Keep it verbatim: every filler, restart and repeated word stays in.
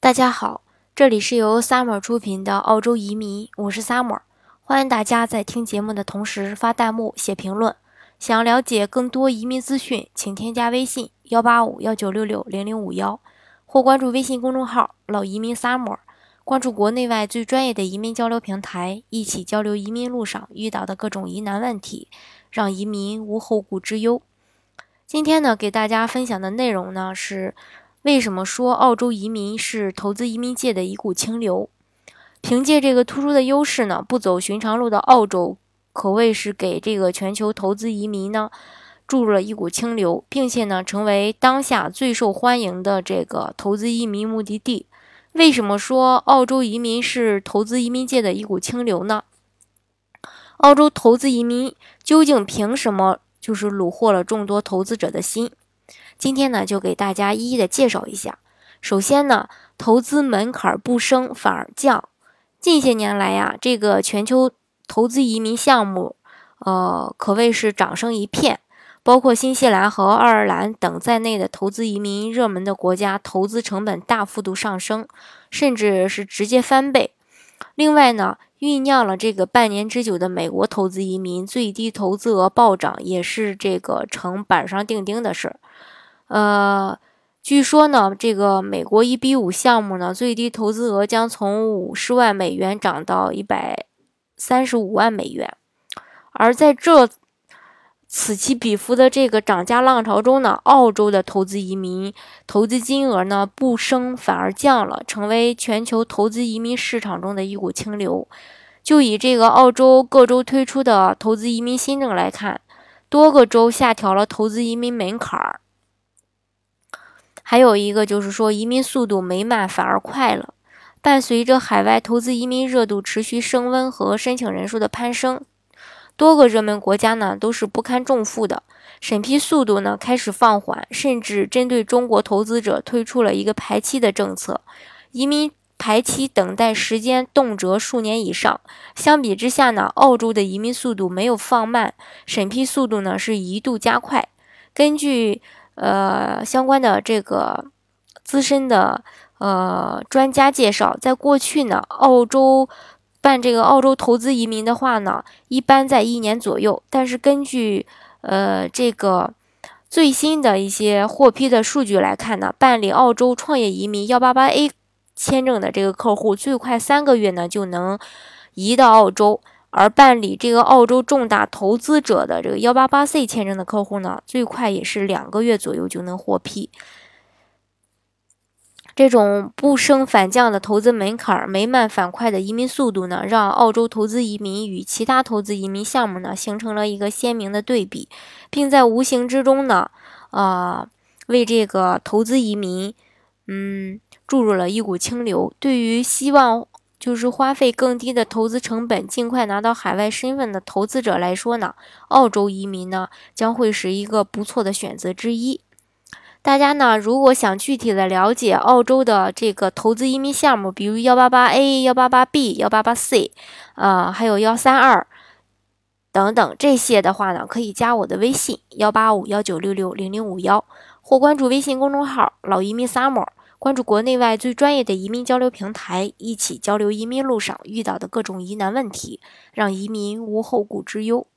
大家好，这里是由 Summer 出品的澳洲移民，我是 Summer， 欢迎大家在听节目的同时发弹幕、写评论。想了解更多移民资讯，请添加微信幺八五幺九六六零零五幺，或关注微信公众号老移民 Summer， 关注国内外最专业的移民交流平台，一起交流移民路上遇到的各种疑难问题，让移民无后顾之忧。今天呢，给大家分享的内容呢是为什么说澳洲移民是投资移民界的一股清流？凭借这个突出的优势呢，不走寻常路的澳洲可谓是给这个全球投资移民呢注入了一股清流，并且呢成为当下最受欢迎的这个投资移民目的地。为什么说澳洲移民是投资移民界的一股清流呢？澳洲投资移民究竟凭什么就是虏获了众多投资者的心？今天呢，就给大家一一的介绍一下。首先呢，投资门槛不升反而降。近些年来呀，这个全球投资移民项目，呃，可谓是掌声一片。包括新西兰和爱尔兰等在内的投资移民热门的国家，投资成本大幅度上升，甚至是直接翻倍。另外呢，酝酿了这个半年之久的美国投资移民最低投资额暴涨，也是这个成板上钉钉的事。呃，据说呢，这个美国一比五项目呢，最低投资额将从五十万美元涨到一百三十五万美元。而在这此起彼伏的这个涨价浪潮中呢，澳洲的投资移民投资金额呢不升反而降了，成为全球投资移民市场中的一股清流。就以这个澳洲各州推出的投资移民新政来看，多个州下调了投资移民门槛儿。还有一个就是说，移民速度没慢反而快了。伴随着海外投资移民热度持续升温和申请人数的攀升，多个热门国家呢都是不堪重负的，审批速度呢开始放缓，甚至针对中国投资者推出了一个排期的政策，移民排期等待时间动辄数年以上。相比之下呢，澳洲的移民速度没有放慢，审批速度呢是一度加快。根据呃相关的这个资深的呃专家介绍，在过去呢，澳洲办这个澳洲投资移民的话呢，一般在一年左右。但是根据呃这个最新的一些获批的数据来看呢，办理澳洲创业移民 一八八 A 签证的这个客户，最快三个月呢就能移到澳洲。而办理这个澳洲重大投资者的这个 一八八 C 签证的客户呢，最快也是两个月左右就能获批。这种不升反降的投资门槛，没慢反快的移民速度呢，让澳洲投资移民与其他投资移民项目呢形成了一个鲜明的对比，并在无形之中呢，呃，为这个投资移民，嗯，注入了一股清流。对于希望就是花费更低的投资成本，尽快拿到海外身份的投资者来说呢，澳洲移民呢将会是一个不错的选择之一。大家呢，如果想具体的了解澳洲的这个投资移民项目，比如 一八八 A、一八八 B、一八八 C， 呃，还有一三二等等这些的话呢，可以加我的微信幺八五幺九六六零零五幺，或关注微信公众号老移民 Summer， 关注国内外最专业的移民交流平台，一起交流移民路上遇到的各种疑难问题，让移民无后顾之忧。